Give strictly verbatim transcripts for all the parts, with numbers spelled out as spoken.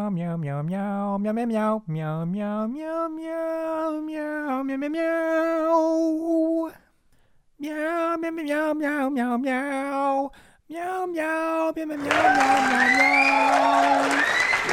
miaou, miaou, miaou, miaou, miaou, miaou, miaou, miaou, miaou, miaou, miaou, miaou, miaou, miaou. Miaou, miaou, miaou, miaou, miaou, miaou. Miaou, miaou, miaou, miaou, miaou, miaou, miaou.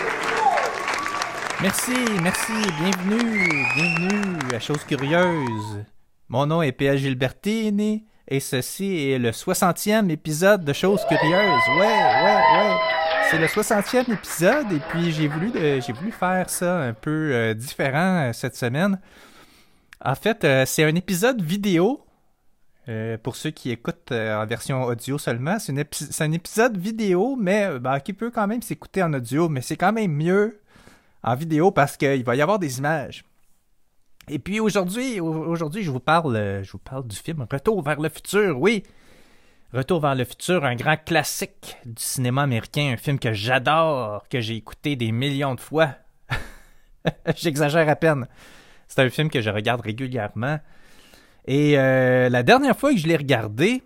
Merci, merci, bienvenue, bienvenue à Chose Curieuse. Mon nom est P L Gilbertini et ceci est le soixantième épisode de Chose Curieuse. Ouais, ouais, ouais. C'est le soixantième épisode et puis j'ai voulu, de, j'ai voulu faire ça un peu euh, différent euh, cette semaine. En fait, euh, c'est un épisode vidéo. Euh, pour ceux qui écoutent euh, en version audio seulement, c'est, une épi- c'est un épisode vidéo, mais bah, qui peut quand même s'écouter en audio, mais c'est quand même mieux en vidéo parce qu'il va y avoir des images. Et puis aujourd'hui, aujourd'hui je vous parle, euh, je vous parle du film Retour vers le futur, oui. Retour vers le futur, un grand classique du cinéma américain, un film que j'adore, que j'ai écouté des millions de fois. J'exagère à peine. C'est un film que je regarde régulièrement. Et euh, la dernière fois que je l'ai regardé,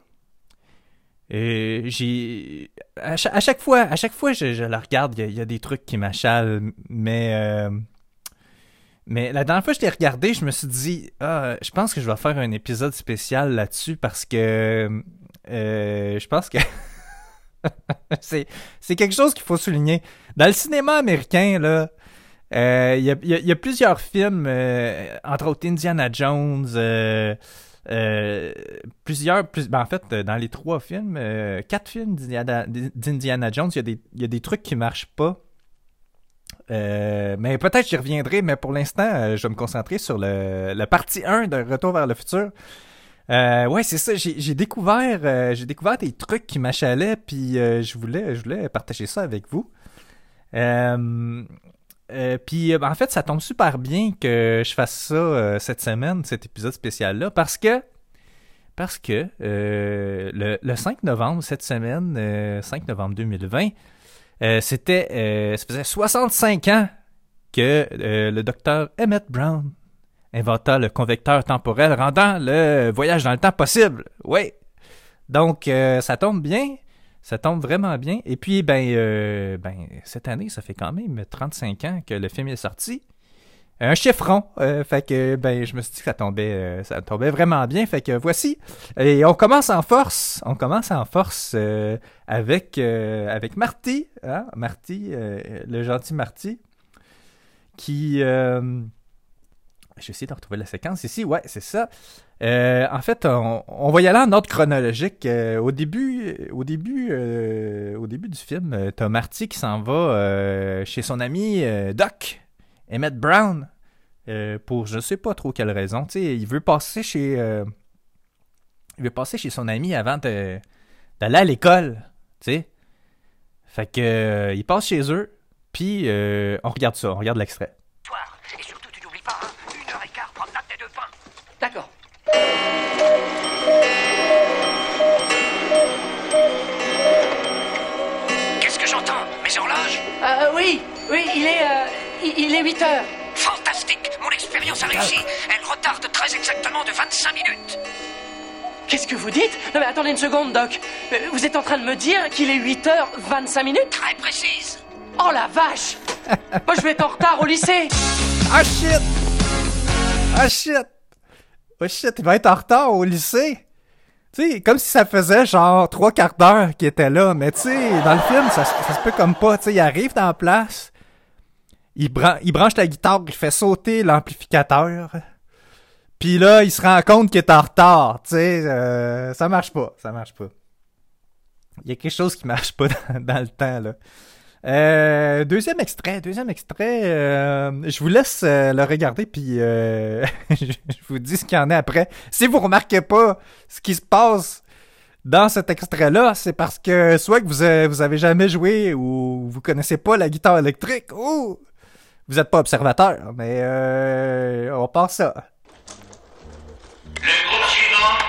euh, j'ai à chaque, à chaque fois, à chaque fois je, je la regarde, il y, y a des trucs qui m'achalent, mais euh, mais la dernière fois que je l'ai regardé, je me suis dit, ah, je pense que je vais faire un épisode spécial là-dessus parce que euh, je pense que c'est c'est quelque chose qu'il faut souligner. Dans le cinéma américain, là. Il euh, y, y, y a plusieurs films, euh, entre autres Indiana Jones, euh, euh, plusieurs, plus, ben en fait, dans les trois films, euh, quatre films d'Indiana, d'Indiana Jones, il y, y a des trucs qui marchent pas. Euh, mais peut-être j'y reviendrai, mais pour l'instant, euh, je vais me concentrer sur le, la partie un de Retour vers le futur. Euh, ouais, c'est ça, j'ai, j'ai découvert euh, j'ai découvert des trucs qui m'achalaient, puis euh, je voulais je voulais partager ça avec vous. Euh... Euh, puis euh, en fait ça tombe super bien que je fasse ça euh, cette semaine, cet épisode spécial là, parce que parce que euh, le, le cinq novembre cette semaine, euh, cinq novembre deux mille vingt, euh, c'était euh, ça faisait soixante-cinq ans que euh, le docteur Emmett Brown inventa le convecteur temporel rendant le voyage dans le temps possible. Oui. Donc euh, ça tombe bien. Ça tombe vraiment bien. Et puis, ben, euh, ben, cette année, ça fait quand même trente-cinq ans que le film est sorti. Un chiffron. Euh, fait que, ben, je me suis dit que ça tombait, euh, ça tombait vraiment bien. Fait que voici. Et on commence en force. On commence en force euh, avec, euh, avec Marty. Hein? Marty, euh, le gentil Marty. Qui... Euh, je vais essayer de retrouver la séquence ici. Ouais, c'est ça. Euh, en fait, on, on va y aller en ordre chronologique. Euh, au début, au début, euh, au début du film, euh, t'as Marty qui s'en va euh, chez son ami euh, Doc, Emmett Brown, euh, pour je sais pas trop quelle raison. Tu sais, il veut passer chez, euh, il veut passer chez son ami avant de, d'aller à l'école. Tu sais, fait que euh, il passe chez eux, puis euh, on regarde ça, on regarde l'extrait. Et surtout, tu n'oublies pas, hein, une heure et quart promenade des deux pins. D'accord. Qu'est-ce que j'entends? Mes horloges? Euh, oui, oui, il est, euh, il, il est huit heures. Fantastique! Mon expérience a réussi. Elle retarde très exactement de vingt-cinq minutes. Qu'est-ce que vous dites? Non mais attendez une seconde, Doc. Euh, Vous êtes en train de me dire qu'il est huit heures vingt-cinq minutes? Très précise. Oh la vache! Moi je vais être en retard au lycée. Ah shit! Ah shit! Oh shit, il va être en retard au lycée! Tu sais, comme si ça faisait genre trois quarts d'heure qu'il était là, mais tu sais, dans le film, ça, ça se peut comme pas. Tu sais, il arrive dans la place, il, bran- il branche la guitare, il fait sauter l'amplificateur, puis là, il se rend compte qu'il est en retard. Tu sais, euh, ça marche pas, ça marche pas. Il y a quelque chose qui marche pas dans, dans le temps, là. Euh, deuxième extrait, deuxième extrait, euh, je vous laisse euh, le regarder puis euh, je, je vous dis ce qu'il y en a après. Si vous remarquez pas ce qui se passe dans cet extrait-là, c'est parce que soit que vous, euh, vous avez jamais joué ou vous connaissez pas la guitare électrique ou vous êtes pas observateur, mais euh, on passe ça. Le groupe suivant.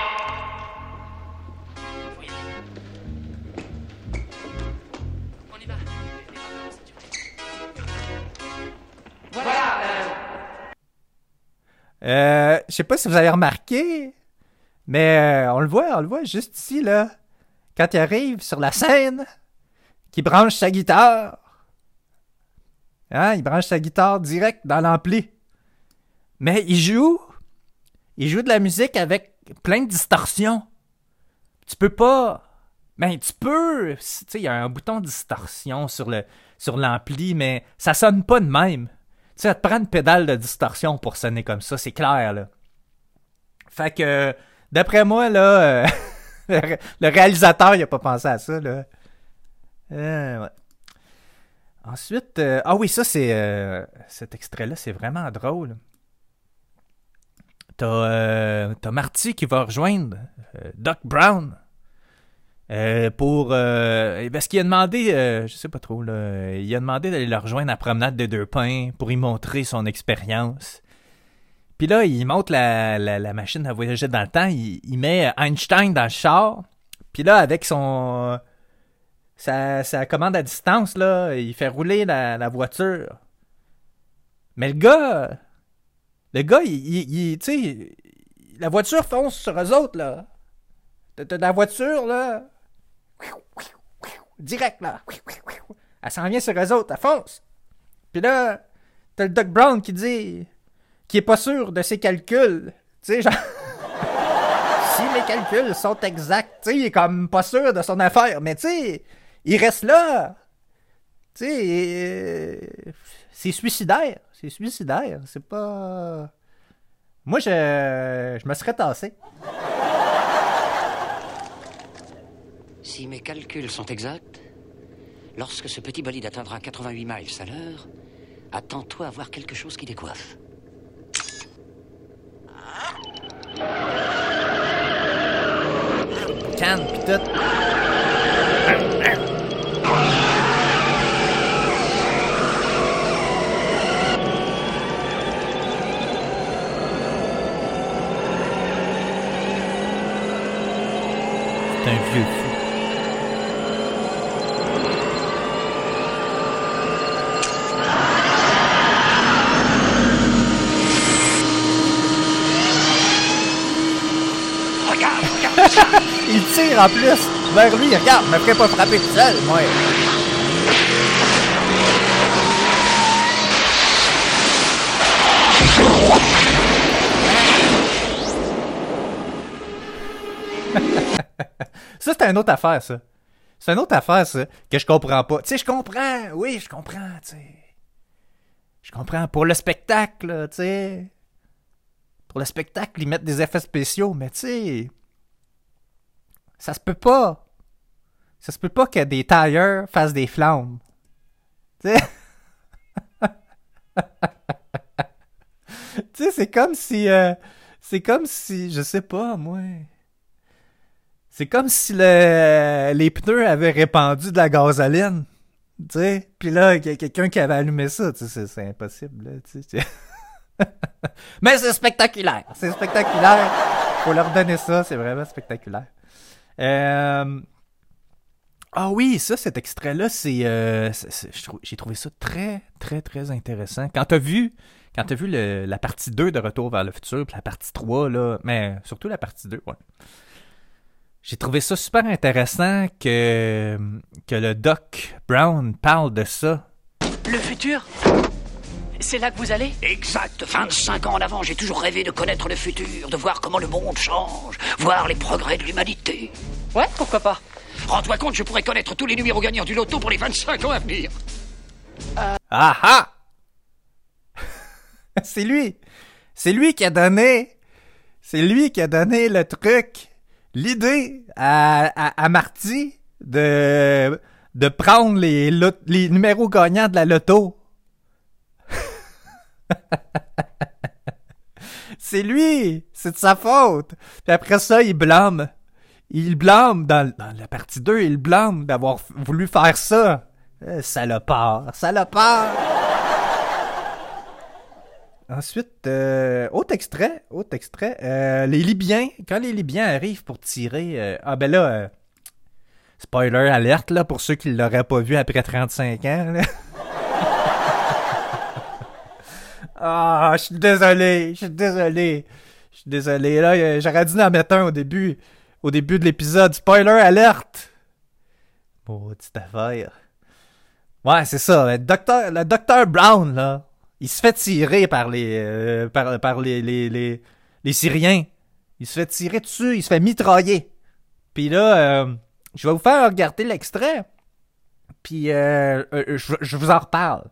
Euh, je sais pas si vous avez remarqué, mais euh, on le voit, on le voit juste ici, là. Quand il arrive sur la scène, qui branche sa guitare. Hein? Il branche sa guitare direct dans l'ampli. Mais il joue... Il joue de la musique avec plein de distorsions. Tu peux pas... Ben, tu peux... Tu sais, il y a un bouton distorsion sur le sur l'ampli, mais ça sonne pas de même. Tu sais, ça te prend une pédale de distorsion pour sonner comme ça, c'est clair, là. Fait que, d'après moi, là, euh, le réalisateur, il a pas pensé à ça, là. Euh, ouais. Ensuite... Euh, ah oui, ça, c'est... Euh, cet extrait-là, c'est vraiment drôle. T'as, euh, t'as Marty qui va rejoindre euh, Doc Brown euh, pour... Euh, parce qu'il a demandé, euh, je sais pas trop, là, il a demandé d'aller le rejoindre à la promenade des Deux Pins pour y montrer son expérience. Puis là, il monte la, la, la machine à voyager dans le temps, il, il met Einstein dans le char, puis là, avec son... Sa, sa commande à distance, là, il fait rouler la, la voiture. Mais le gars... Le gars, il, il, il tu sais, la voiture fonce sur eux autres, là. T'as, t'as la voiture, là. Direct, là. Elle s'en vient sur eux autres, elle fonce. Puis là, t'as le Doc Brown qui dit qu'il est pas sûr de ses calculs. Tu sais, genre... si mes calculs sont exacts, tu sais, il est comme pas sûr de son affaire. Mais tu sais, il reste là. Tu sais, euh, c'est suicidaire. C'est suicidaire. C'est pas... Moi, je, je me serais tassé. Si mes calculs sont exacts, lorsque ce petit bolide atteindra quatre-vingt-huit miles à l'heure, attends-toi à voir quelque chose qui décoiffe. Canne, pis tout. C'est un vieux fou. Regarde, regarde ça! Il tire en plus vers lui. Regarde, je me ferais pas frapper tout seul, moi. Ça, c'est une autre affaire, ça. C'est une autre affaire, ça, que je comprends pas. Tu sais, je comprends. Oui, je comprends, tu sais. Je comprends. Pour le spectacle, tu sais. Pour le spectacle, ils mettent des effets spéciaux, mais tu sais... Ça se peut pas. Ça se peut pas que des tailleurs fassent des flammes. Tu sais... tu sais, c'est comme si... Euh, c'est comme si... Je sais pas, moi... C'est comme si le, les pneus avaient répandu de la gasoline. Tu sais? Puis là, il y a quelqu'un qui avait allumé ça. Tu sais, c'est, c'est impossible, là. Tu sais. Mais c'est spectaculaire. C'est spectaculaire. Faut leur donner ça. C'est vraiment spectaculaire. Euh... Ah oui, ça, cet extrait-là, c'est, euh, c'est, c'est je trou- j'ai trouvé ça très, très, très intéressant. Quand t'as vu, quand t'as vu le, la partie deux de Retour vers le futur, puis la partie trois, là, mais surtout la partie deux, ouais. J'ai trouvé ça super intéressant que, que le Doc Brown parle de ça. Le futur? C'est là que vous allez? Exact, vingt-cinq ans en avant, j'ai toujours rêvé de connaître le futur, de voir comment le monde change, voir les progrès de l'humanité. Ouais, pourquoi pas? Rends-toi compte, je pourrais connaître tous les numéros gagnants du loto pour les vingt-cinq ans à venir. Euh... Ah ah! C'est lui! C'est lui qui a donné... C'est lui qui a donné le truc... L'idée à, à, à Marty de, de prendre les, lot, les numéros gagnants de la loto. C'est lui! C'est de sa faute! Puis après ça, il blâme. Il blâme, dans, dans la partie deux, il blâme d'avoir voulu faire ça. Euh, salopard! Salopard! Ensuite, euh, autre extrait, autre extrait, euh, les Libyens, quand les Libyens arrivent pour tirer, euh, ah ben là, euh, spoiler alerte là, pour ceux qui ne l'auraient pas vu après trente-cinq ans, là. Ah, je suis désolé, je suis désolé, je suis désolé, là, euh, j'aurais dû en mettre un au début, au début de l'épisode, spoiler alerte! Maudite affaire. Ouais, c'est ça. Le docteur, le docteur Brown, là, il se fait tirer par les, euh, par, par les, les, les, les Syriens. Il se fait tirer dessus, il se fait mitrailler. Puis là, euh, je vais vous faire regarder l'extrait. Puis euh, euh, je, je vous en reparle.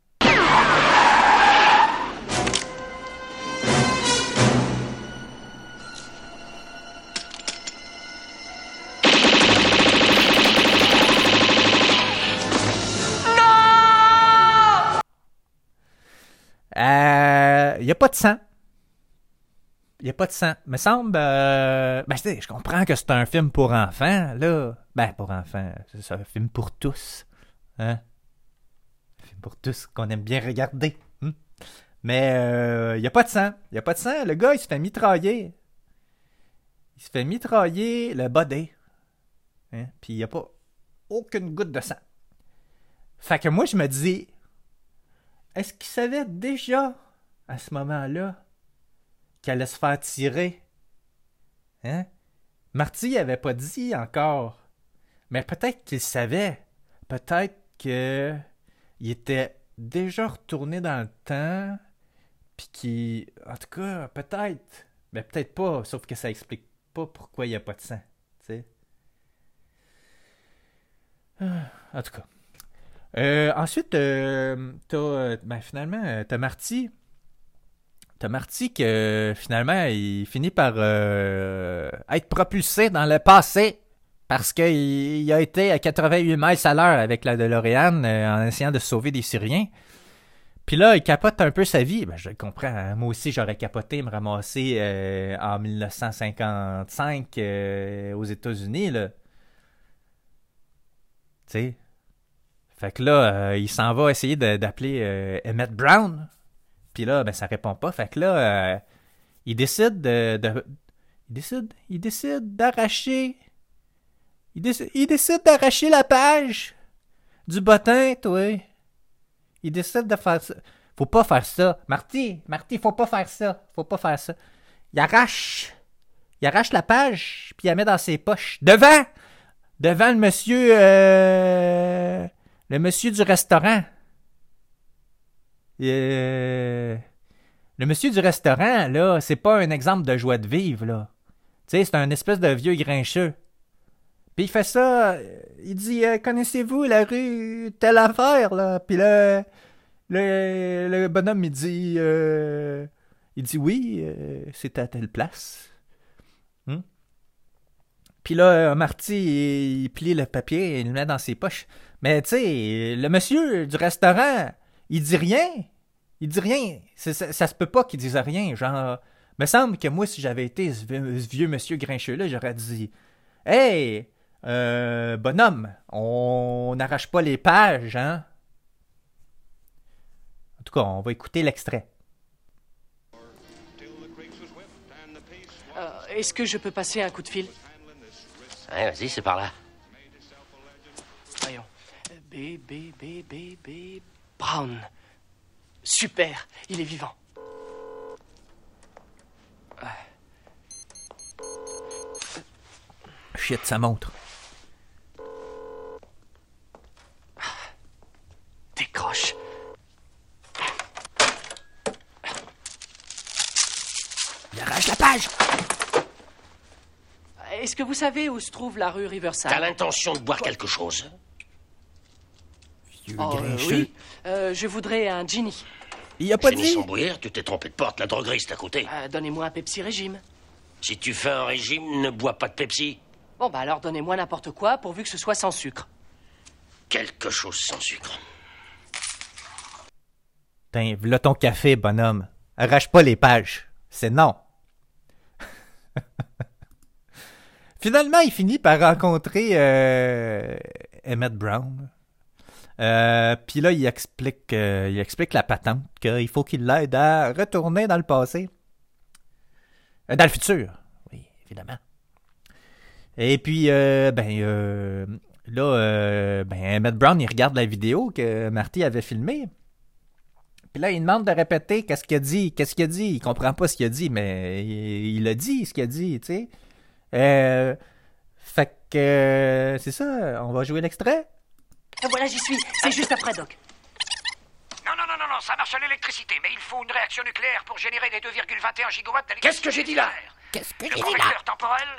Il euh, n'y a pas de sang. Il n'y a pas de sang. Me semble... Euh... Ben, je comprends que c'est un film pour enfants, là. Ben, pour enfants. C'est un film pour tous. Hein? Un film pour tous qu'on aime bien regarder. Hein? Mais il euh, n'y a pas de sang. Il n'y a pas de sang. Le gars, il se fait mitrailler. Il se fait mitrailler le body. Hein? Puis il n'y a pas aucune goutte de sang. Fait que moi, je me dis... Est-ce qu'il savait déjà, à ce moment-là, qu'il allait se faire tirer? Hein? Marty n'avait pas dit encore. Mais peut-être qu'il savait. Peut-être qu'il était déjà retourné dans le temps. Puis qu'il... En tout cas, peut-être. Mais peut-être pas. Sauf que ça explique pas pourquoi il n'y a pas de sang. Tu sais? En tout cas. Euh, ensuite, euh, t'as, ben finalement, euh, t'as Marty. T'as Marty que finalement, il finit par euh, être propulsé dans le passé parce qu'il il a été à quatre-vingt-huit miles à l'heure avec la DeLorean euh, en essayant de sauver des Syriens. Puis là, il capote un peu sa vie. Ben, je le comprends. Moi aussi, j'aurais capoté, me ramasser euh, en dix-neuf cent cinquante-cinq euh, aux États-Unis, là. Tu sais. Fait que là, euh, il s'en va essayer de, d'appeler euh, Emmett Brown. Puis là, ben, ça répond pas. Fait que là, euh, il décide de, de... Il décide... Il décide d'arracher... Il décide, il décide d'arracher la page du bottin, toi. Il décide de faire ça. Faut pas faire ça. Marty, Marty, faut pas faire ça. Faut pas faire ça. Il arrache... Il arrache la page, puis il la met dans ses poches. Devant! Devant le monsieur... Euh... Le monsieur du restaurant. Euh... Le monsieur du restaurant, là, c'est pas un exemple de joie de vivre, là. Tu sais, c'est un espèce de vieux grincheux. Puis il fait ça, il dit euh, « Connaissez-vous la rue telle affaire, là? » Puis là, le, le bonhomme, il dit euh, Il dit « Oui, euh, c'est à telle place. Hmm? » Puis là, Marty, il, il plie le papier et il le met dans ses poches. Mais tu sais, le monsieur du restaurant, il dit rien. Il dit rien. Ça, ça, ça se peut pas qu'il dise rien. Genre, me semble que moi, si j'avais été ce vieux, ce vieux monsieur grincheux-là, j'aurais dit « Hey, euh, bonhomme, on n'arrache pas les pages, hein? » En tout cas, on va écouter l'extrait. Euh, est-ce que je peux passer un coup de fil? Ouais, vas-y, c'est par là. Voyons. B, B, B, B, B... Brown. Super, il est vivant. Shit, ça montre. Décroche. Il arrache la page! Est-ce que vous savez où se trouve la rue Riverside? T'as l'intention de boire quelque chose? Vieux Oh, euh, grincheux. oui. Euh, je voudrais un Ginny. Il a pas Génie dit. sans bouillir, tu t'es trompé de porte, la droguerie c'est à côté. Euh, donnez-moi un Pepsi régime. Si tu fais un régime, ne bois pas de Pepsi. Bon, bah alors donnez-moi n'importe quoi pourvu que ce soit sans sucre. Quelque chose sans sucre. Tiens, v'là ton café, bonhomme. Arrache pas les pages. C'est non. Finalement, il finit par rencontrer euh, Emmett Brown. Euh, Puis là, il explique, euh, il explique la patente qu'il faut qu'il l'aide à retourner dans le passé. Euh, dans le futur, oui, évidemment. Et puis, euh, ben, euh, là, euh, ben, Emmett Brown, il regarde la vidéo que Marty avait filmée. Puis là, il demande de répéter qu'est-ce qu'il a dit, qu'est-ce qu'il a dit. Il comprend pas ce qu'il a dit, mais il, il a dit ce qu'il a dit, tu sais. Euh, fait que, euh, c'est ça, on va jouer l'extrait. Voilà, j'y suis. C'est juste après, Doc. Non, non, non, non, non, ça marche à l'électricité, mais il faut une réaction nucléaire pour générer les deux virgule vingt et un gigawatts d'électricité. Qu'est-ce que j'ai dit là? Qu'est-ce que Le j'ai dit professeur temporel?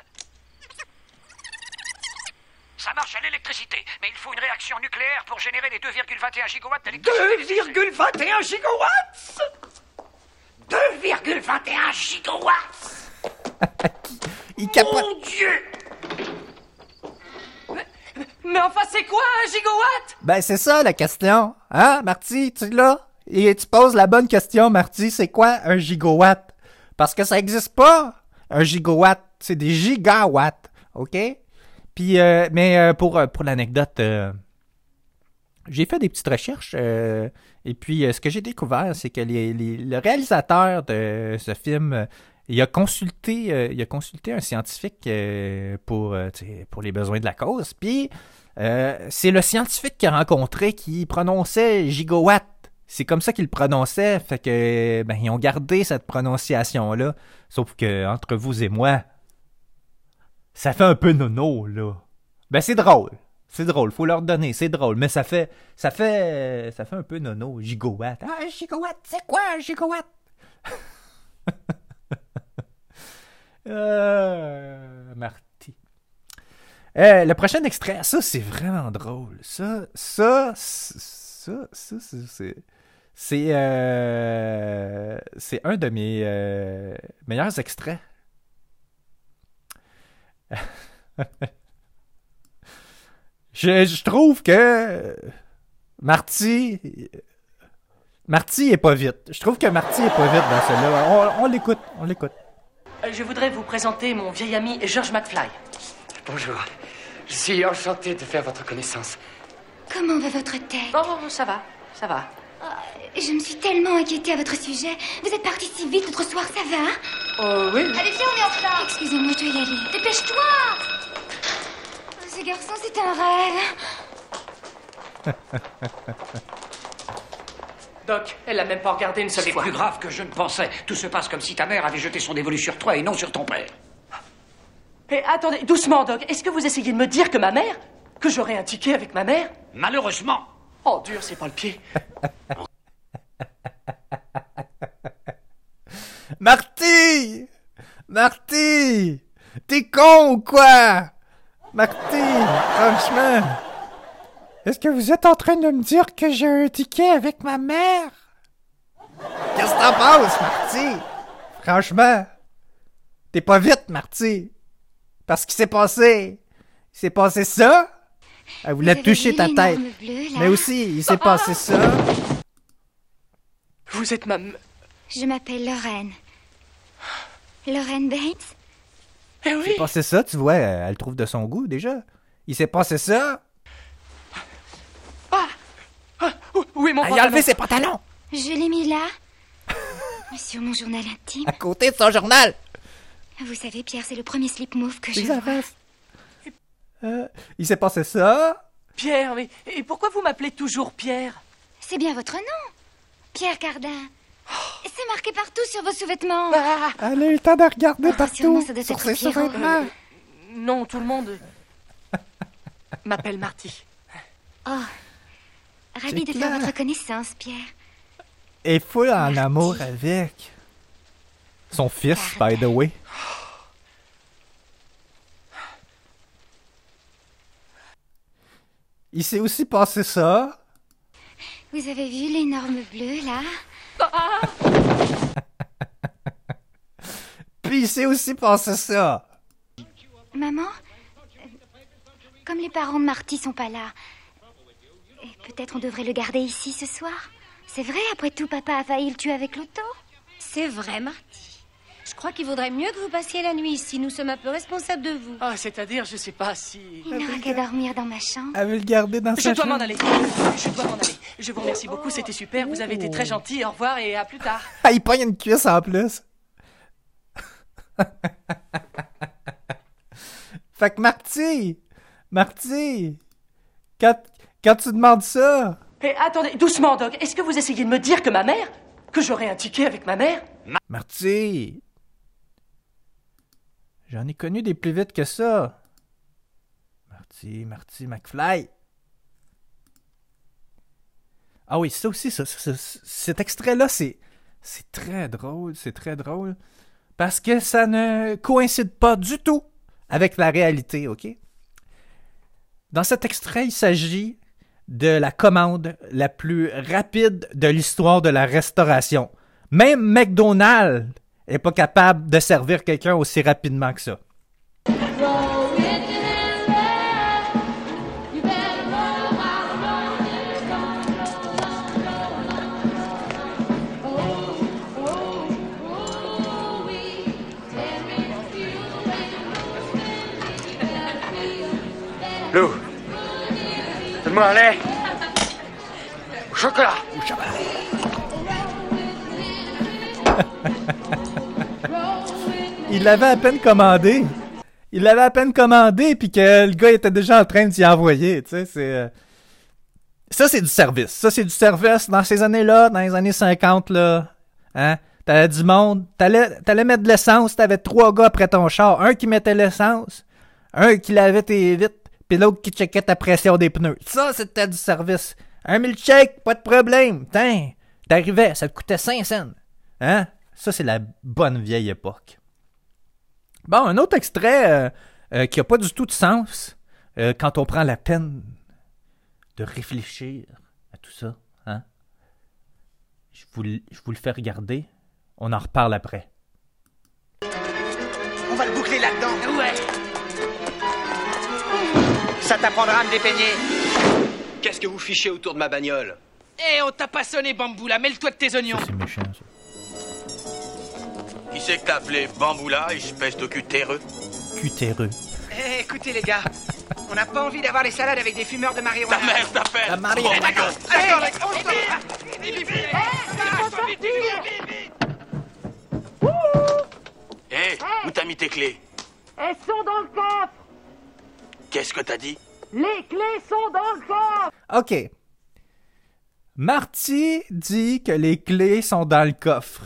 Ça marche à l'électricité, mais il faut une réaction nucléaire pour générer les deux virgule vingt et un gigawatts d'électricité. deux virgule vingt et un gigawatts? deux virgule vingt et un gigawatts? Il capote. Mon Dieu! Mais enfin, c'est quoi un gigawatt? Ben, c'est ça, la question. Hein, Marty, tu l'as? Et tu poses la bonne question, Marty. C'est quoi un gigawatt? Parce que ça existe pas, un gigawatt. C'est des gigawatts, OK? Puis, euh, mais euh, pour, pour l'anecdote, euh, j'ai fait des petites recherches. Euh, et puis, euh, ce que j'ai découvert, c'est que les, les, le réalisateur de ce film... Euh, Il a consulté, euh, il a consulté un scientifique euh, pour, euh, pour les besoins de la cause. Puis, euh, c'est le scientifique qu'il a rencontré qui prononçait gigawatt. C'est comme ça qu'il le prononçait. Fait que, ben, ils ont gardé cette prononciation-là. Sauf que, entre vous et moi, ça fait un peu nono, là. Ben, c'est drôle. C'est drôle. Faut leur donner. C'est drôle. Mais ça fait, ça fait, ça fait un peu nono. Gigawatt. Ah, un gigawatt, c'est quoi un gigawatt? Euh, Marty. Euh, le prochain extrait, ça c'est vraiment drôle. Ça, ça, ça, ça, c'est, c'est, c'est, euh, c'est un de mes euh, meilleurs extraits. je, je trouve que Marty, Marty est pas vite. Je trouve que Marty est pas vite dans celui-là. On, on l'écoute, on l'écoute. Je voudrais vous présenter mon vieil ami George McFly. Bonjour. Je suis enchanté de faire votre connaissance. Comment va votre tête? Oh, ça va, ça va. Oh, je me suis tellement inquiétée à votre sujet. Vous êtes parti si vite l'autre soir, ça va? Oh, oui. Allez, viens, on est en retard. Excusez-moi, je dois y aller. Dépêche-toi! Oh, ce garçon, c'est un rêve. Doc, elle l'a même pas regardé une seule C'est fois. plus grave que je ne pensais. Tout se passe comme si ta mère avait jeté son dévolu sur toi et non sur ton père. Mais attendez, doucement, Doc. Est-ce que vous essayez de me dire que ma mère... Que j'aurais un ticket avec ma mère? Malheureusement. Oh, dur, c'est pas le pied. Marty! Marty! T'es con ou quoi? Marty, franchement... Est-ce que vous êtes en train de me dire que j'ai un ticket avec ma mère? Qu'est-ce que t'en penses, Marty? Franchement, t'es pas vite, Marty. Parce qu'il s'est passé... Il s'est passé ça. Elle voulait Vous avez toucher vu ta l'énorme tête. bleu, là? Mais aussi, il s'est passé ça. Vous êtes ma... m- Je m'appelle Lorraine. Lorraine Bates? Eh Il oui. s'est passé ça, tu vois, elle le trouve de son goût, déjà. Il s'est passé ça. Ah, où- où est mon Elle a pantalon? enlevé ses pantalons. Je l'ai mis là. Sur mon journal intime. À côté de son journal. Vous savez, Pierre, c'est le premier slip move que je C'est que ça vois. fasse. Euh, il s'est passé ça. Pierre, mais... Et pourquoi vous m'appelez toujours Pierre? C'est bien votre nom. Pierre Cardin. C'est marqué partout sur vos sous-vêtements. Ah, Elle a eu le temps de regarder Oh, partout. sûrement, ça doit Sur être ses Pierrot. sous-vêtements. non, tout le monde... m'appelle Marty. Oh, ravi de C'est faire clair. votre connaissance, Pierre. Et full en Marty. amour avec son fils, by the way. Il s'est aussi passé ça. Vous avez vu l'énorme bleu, là? Puis il s'est aussi passé ça. Maman? euh, Comme les parents de Marty sont pas là, et peut-être on devrait le garder ici ce soir? C'est vrai, après tout, papa a failli le tuer avec l'auto? C'est vrai, Marty. Je crois qu'il vaudrait mieux que vous passiez la nuit ici. Nous sommes un peu responsables de vous. Ah, c'est-à-dire, je sais pas si... Il n'aura qu'à dormir dans ma chambre. Elle veut le garder dans Je sa dois m'en chambre. aller. Je dois m'en aller. Je vous remercie beaucoup, c'était super. Vous avez été très gentil. Au revoir et à plus tard. Ah, il pogne une cuisse en plus. Fait que Marty, Marty, quand, quand tu demandes ça, Et attendez, doucement, Doc. Est-ce que vous essayez de me dire que ma mère... Que j'aurais un ticket avec ma mère? Marty, j'en ai connu des plus vite que ça. Marty, Marty McFly. Ah oui, ça aussi, ça, ça, ça, cet extrait-là, c'est, c'est très drôle, c'est très drôle, parce que ça ne coïncide pas du tout avec la réalité, OK? Dans cet extrait, il s'agit de la commande la plus rapide de l'histoire de la restauration. Même McDonald's n'est pas capable de servir quelqu'un aussi rapidement que ça. Lou, donne-moi un lait. Au chocolat. Au chocolat. Il l'avait à peine commandé. Il l'avait à peine commandé, puis que le gars était déjà en train d'y envoyer. Tu sais, c'est... Euh... Ça, c'est du service. Ça, c'est du service dans ces années-là, dans les années cinquante, là. Hein? T'avais du monde. T'allais, t'allais mettre de l'essence, t'avais trois gars après ton char. Un qui mettait l'essence, un qui lavait tes vitres, puis l'autre qui checkait ta pression des pneus. Ça, c'était du service. Un milkshake, pas de problème. Tiens, t'arrivais, ça te coûtait cinq cents. Hein? Ça, c'est la bonne vieille époque. Bon, un autre extrait euh, euh, qui n'a pas du tout de sens euh, quand on prend la peine de réfléchir à tout ça. Hein? Je vous, je vous le fais regarder. On en reparle après. On va le boucler là-dedans. Ouais. Ça t'apprendra à me dépeigner. Qu'est-ce que vous fichez autour de ma bagnole? Eh, on t'a pas sonné, Bamboula, mêle-toi de tes oignons. Ça, c'est méchant, ça. Qui c'est que t'as appelé Bamboula, espèce de cutéreux? Cutéreux. Eh, écoutez les gars, on n'a pas envie d'avoir les salades avec des fumeurs de marijuana. Ta mère t'appelle! La marijuana. Oh my God. Allez, on est- on se- Vite, vite, vite, vite, vite, vite. Hé, où t'as mis tes clés? Elles sont dans le coffre. Qu'est-ce que t'as dit? Les clés sont dans le coffre. OK. Marty dit que les clés sont dans le coffre.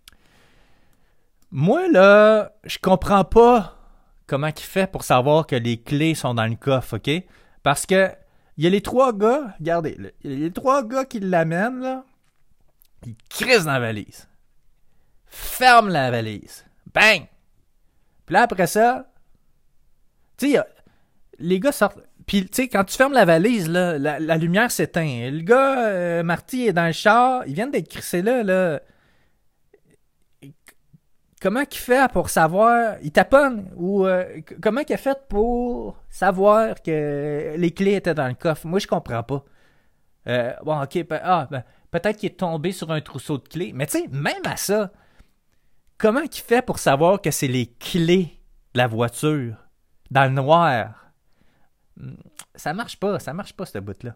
Moi, là, je comprends pas comment il fait pour savoir que les clés sont dans le coffre, OK? Parce que il y a les trois gars, regardez, il y a les trois gars qui l'amènent, là. Ils crissent dans la valise. Ferme la valise. Bang! Puis là, après ça, tu sais, les gars sortent. Puis, tu sais, quand tu fermes la valise, là, la, la lumière s'éteint. Le gars, euh, Marty, est dans le char. Ils viennent d'être crissés là, là. Comment qu'il fait pour savoir... Il taponne? Ou euh, comment qu'il a fait pour savoir que les clés étaient dans le coffre? Moi, je comprends pas. Euh, bon, OK. Ben, ah, ben, peut-être qu'il est tombé sur un trousseau de clés. Mais tu sais, même à ça, comment qu'il fait pour savoir que c'est les clés de la voiture dans le noir? Ça marche pas. Ça marche pas, ce bout-là.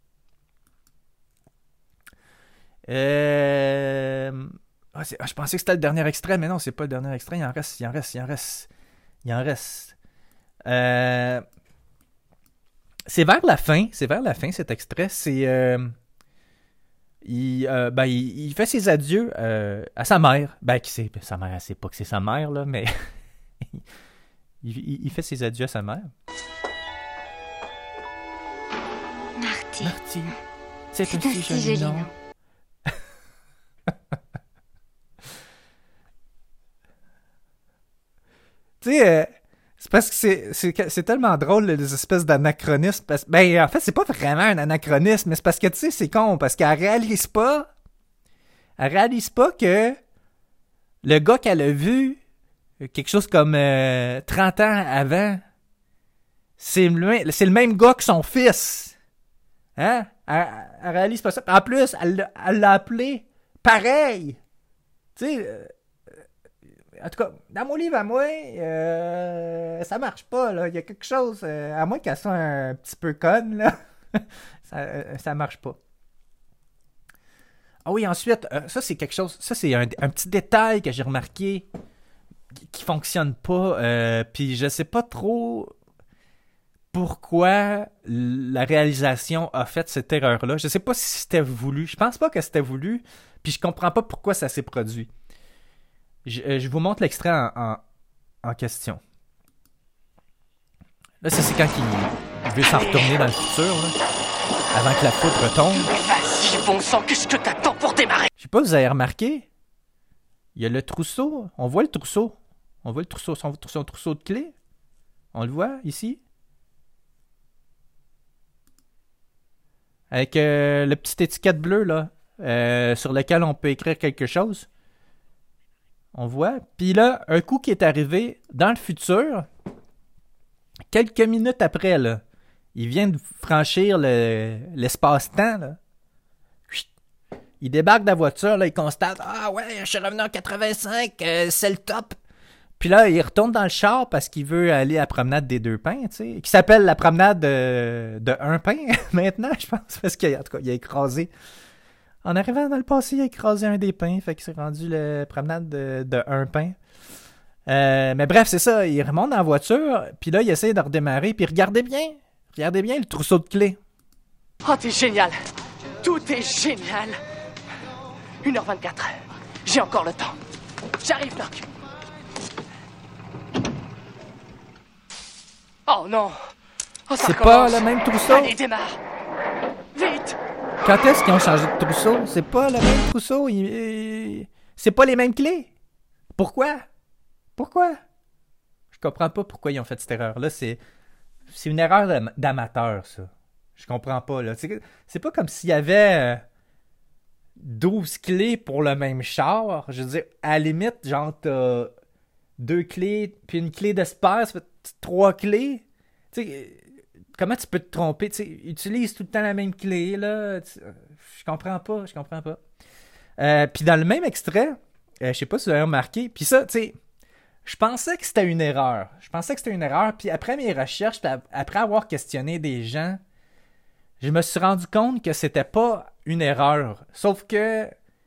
Euh... Ah, c'est... ah, je pensais que c'était le dernier extrait, mais non, c'est pas le dernier extrait. Il en reste, il en reste, il en reste. Il en reste. Euh... C'est vers la fin. C'est vers la fin, cet extrait. C'est... Euh... Il, euh, ben, il, il fait ses adieux euh, à sa mère. Ben, qui c'est... Sa mère, elle sait pas que c'est sa mère, là, mais... il, il, il fait ses adieux à sa mère. Marty. Marty. C'est, C'est un si joli, joli nom. nom. Tu sais, euh, c'est parce que c'est, c'est, c'est tellement drôle, les espèces d'anachronismes. Parce, ben, en fait, c'est pas vraiment un anachronisme, mais c'est parce que, tu sais, c'est con, parce qu'elle réalise pas, elle réalise pas que le gars qu'elle a vu, quelque chose comme euh, trente ans avant, c'est le, c'est le même gars que son fils. Hein? Elle, elle réalise pas ça. En plus, elle, elle l'a appelé pareil. Tu sais... Euh, En tout cas, dans mon livre à moi, euh, ça marche pas, là. Il y a quelque chose, euh, à moins qu'elle soit un petit peu conne, là. ça, euh, ça marche pas. Ah oui, ensuite, euh, ça c'est quelque chose, ça c'est un, un petit détail que j'ai remarqué qui, qui fonctionne pas, euh, puis je sais pas trop pourquoi la réalisation a fait cette erreur-là. Je sais pas si c'était voulu, je pense pas que c'était voulu, puis je comprends pas pourquoi ça s'est produit. Je, euh, je vous montre l'extrait en, en, en question. Là, ça, c'est quand il, il veut s'en retourner dans le futur, là, avant que la foudre tombe. Vas-y, bon sang, qu'est-ce que t'attends pour démarrer? Je sais pas, vous avez remarqué? Il y a le trousseau. On voit le trousseau. On voit le trousseau, son, son trousseau de clés. On le voit ici. Avec euh, le petit étiquette bleue là, euh, sur lequel on peut écrire quelque chose. On voit. Puis là, un coup qui est arrivé dans le futur, quelques minutes après, là, il vient de franchir le, l'espace-temps. Là. Il débarque de la voiture, là, il constate « Ah ouais, je suis revenu en quatre-vingt-cinq, euh, c'est le top! » Puis là, il retourne dans le char parce qu'il veut aller à la promenade des deux pins, tu sais, qui s'appelle la promenade de, de un pain maintenant, je pense, parce qu'en tout cas, il a écrasé. En arrivant dans le passé, il a écrasé un des pins, fait qu'il s'est rendu la promenade de, de un pain. Euh, mais bref, c'est ça, il remonte dans la voiture, puis là, il essaie de redémarrer, puis regardez bien, regardez bien le trousseau de clés. Oh, t'es génial! Tout est génial! une heure vingt-quatre. J'ai encore le temps. J'arrive, Doc. Oh non! Oh, ça c'est recommence. pas le même trousseau. Allez, démarre! Vite! Quand est-ce qu'ils ont changé de trousseau? C'est pas le même trousseau. Il... il- C'est pas les mêmes clés. Pourquoi? Pourquoi? Je comprends pas pourquoi ils ont fait cette erreur-là. C'est, c'est une erreur d'am- d'amateur, ça. Je comprends pas, là. C'est, c'est pas comme s'il y avait euh, douze clés pour le même char. Je veux dire, à la limite, genre, t'as deux clés, puis une clé d'espace, ça fait trois clés. Tu sais, comment tu peux te tromper? Tu sais, utilise tout le temps la même clé, là. Tu- Je comprends pas, je comprends pas. Euh, puis dans le même extrait, euh, je sais pas si vous avez remarqué, puis ça, tu sais, je pensais que c'était une erreur. Je pensais que c'était une erreur, puis après mes recherches, puis après avoir questionné des gens, je me suis rendu compte que c'était pas une erreur. Sauf que...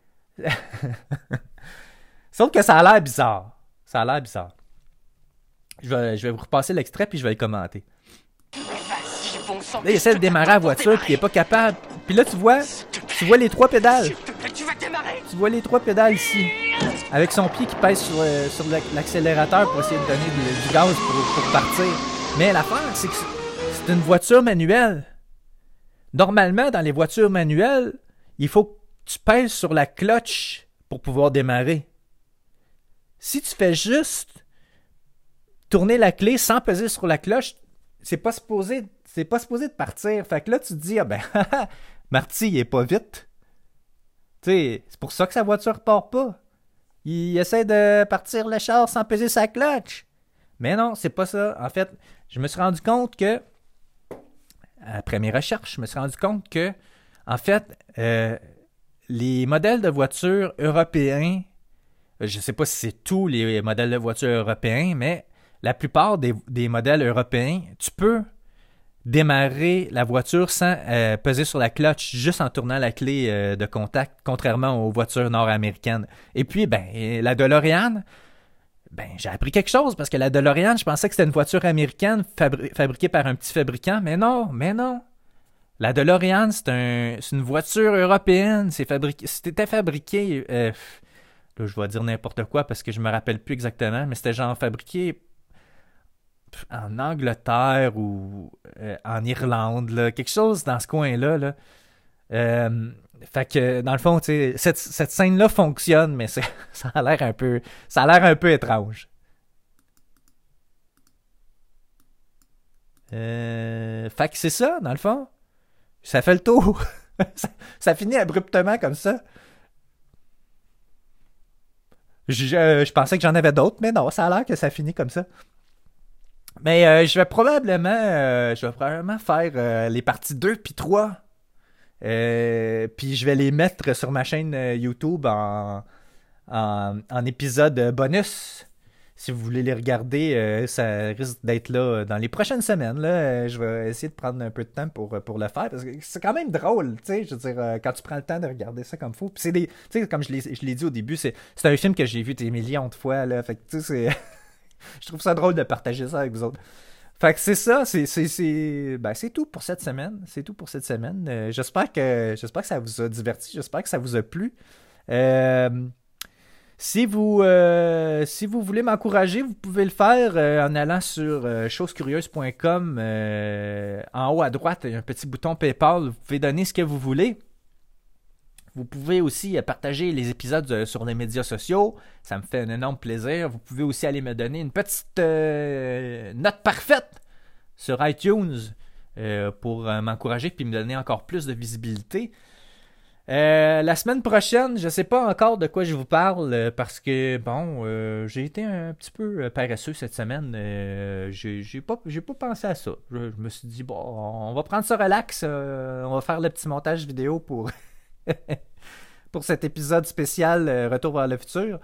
Sauf que ça a l'air bizarre. Ça a l'air bizarre. Je vais, je vais vous repasser l'extrait, puis je vais le commenter. Vas-y, bon sang. Là, il essaie de démarrer la voiture, puis il est pas capable. Puis là, tu vois, tu vois les trois pédales. S'il te plaît, tu vas démarrer. Tu vois les trois pédales ici. Avec son pied qui pèse sur, euh, sur l'ac- l'accélérateur pour essayer de donner du, du gaz pour, pour partir. Mais l'affaire, c'est que c'est- c'est une voiture manuelle. Normalement, dans les voitures manuelles, il faut que tu pèses sur la clutch pour pouvoir démarrer. Si tu fais juste tourner la clé sans peser sur la cloche, c'est pas supposé, c'est pas supposé de partir. Fait que là, tu te dis, ah ben, Marty, il est pas vite. Tu sais, c'est pour ça que sa voiture part pas. Il essaie de partir le char sans peser sa clutch. Mais non, c'est pas ça. En fait, je me suis rendu compte que, après mes recherches, je me suis rendu compte que, en fait, euh, les modèles de voitures européens, je sais pas si c'est tous les modèles de voitures européens, mais la plupart des, des modèles européens, tu peux démarrer la voiture sans euh, peser sur la clutch, juste en tournant la clé euh, de contact, contrairement aux voitures nord-américaines. Et puis, ben, la DeLorean, ben, j'ai appris quelque chose, parce que la DeLorean, je pensais que c'était une voiture américaine fabri- fabriquée par un petit fabricant, mais non, mais non. La DeLorean, c'est, un, c'est une voiture européenne, c'est fabriqué, c'était fabriqué, euh, là, je vais dire n'importe quoi, parce que je me rappelle plus exactement, mais c'était genre fabriqué en Angleterre ou euh, en Irlande, là, quelque chose dans ce coin-là. Là. Euh, fait que, dans le fond, tu sais, cette, cette scène-là fonctionne, mais c'est, ça a l'air un peu, ça a l'air un peu étrange. Euh, fait que c'est ça, dans le fond. Ça fait le tour. ça, ça finit abruptement comme ça. Je, je, je pensais que j'en avais d'autres, mais non, ça a l'air que ça finit comme ça. Mais euh, je vais probablement euh, je vais probablement faire euh, les parties deux puis trois. Euh, puis je vais les mettre sur ma chaîne euh, YouTube en, en, en épisode bonus. Si vous voulez les regarder, euh, ça risque d'être là dans les prochaines semaines. Là. Euh, je vais essayer de prendre un peu de temps pour, pour le faire. Parce que c'est quand même drôle, tu sais. Je veux dire, euh, quand tu prends le temps de regarder ça comme faut. Puis c'est des. Tu sais, comme je l'ai, je l'ai dit au début, c'est, c'est un film que j'ai vu des millions de fois. Là. Fait que tu sais, c'est. Je trouve ça drôle de partager ça avec vous autres. Fait que c'est ça, c'est, c'est, c'est, ben c'est tout pour cette semaine. C'est tout pour cette semaine. Euh, j'espère que j'espère que ça vous a diverti. J'espère que ça vous a plu. Euh, si vous euh, si vous voulez m'encourager, vous pouvez le faire euh, en allant sur euh, chose curieuse point com. Euh, en haut à droite, il y a un petit bouton PayPal. Vous pouvez donner ce que vous voulez. Vous pouvez aussi partager les épisodes sur les médias sociaux. Ça me fait un énorme plaisir. Vous pouvez aussi aller me donner une petite euh, note parfaite sur iTunes euh, pour euh, m'encourager et me donner encore plus de visibilité. Euh, la semaine prochaine, je ne sais pas encore de quoi je vous parle euh, parce que, bon, euh, j'ai été un petit peu paresseux cette semaine. Euh, j'ai, j'ai, pas, j'ai pas pensé à ça. Je, je me suis dit, bon, on va prendre ça relax. Euh, on va faire le petit montage vidéo pour, pour cet épisode spécial euh, Retour vers le futur.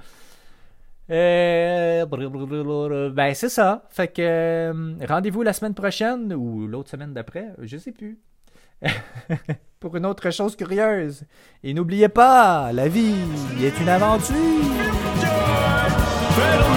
Euh, ben, c'est ça. Fait que euh, rendez-vous la semaine prochaine ou l'autre semaine d'après, je sais plus. Pour une autre chose curieuse. Et n'oubliez pas, la vie est une aventure.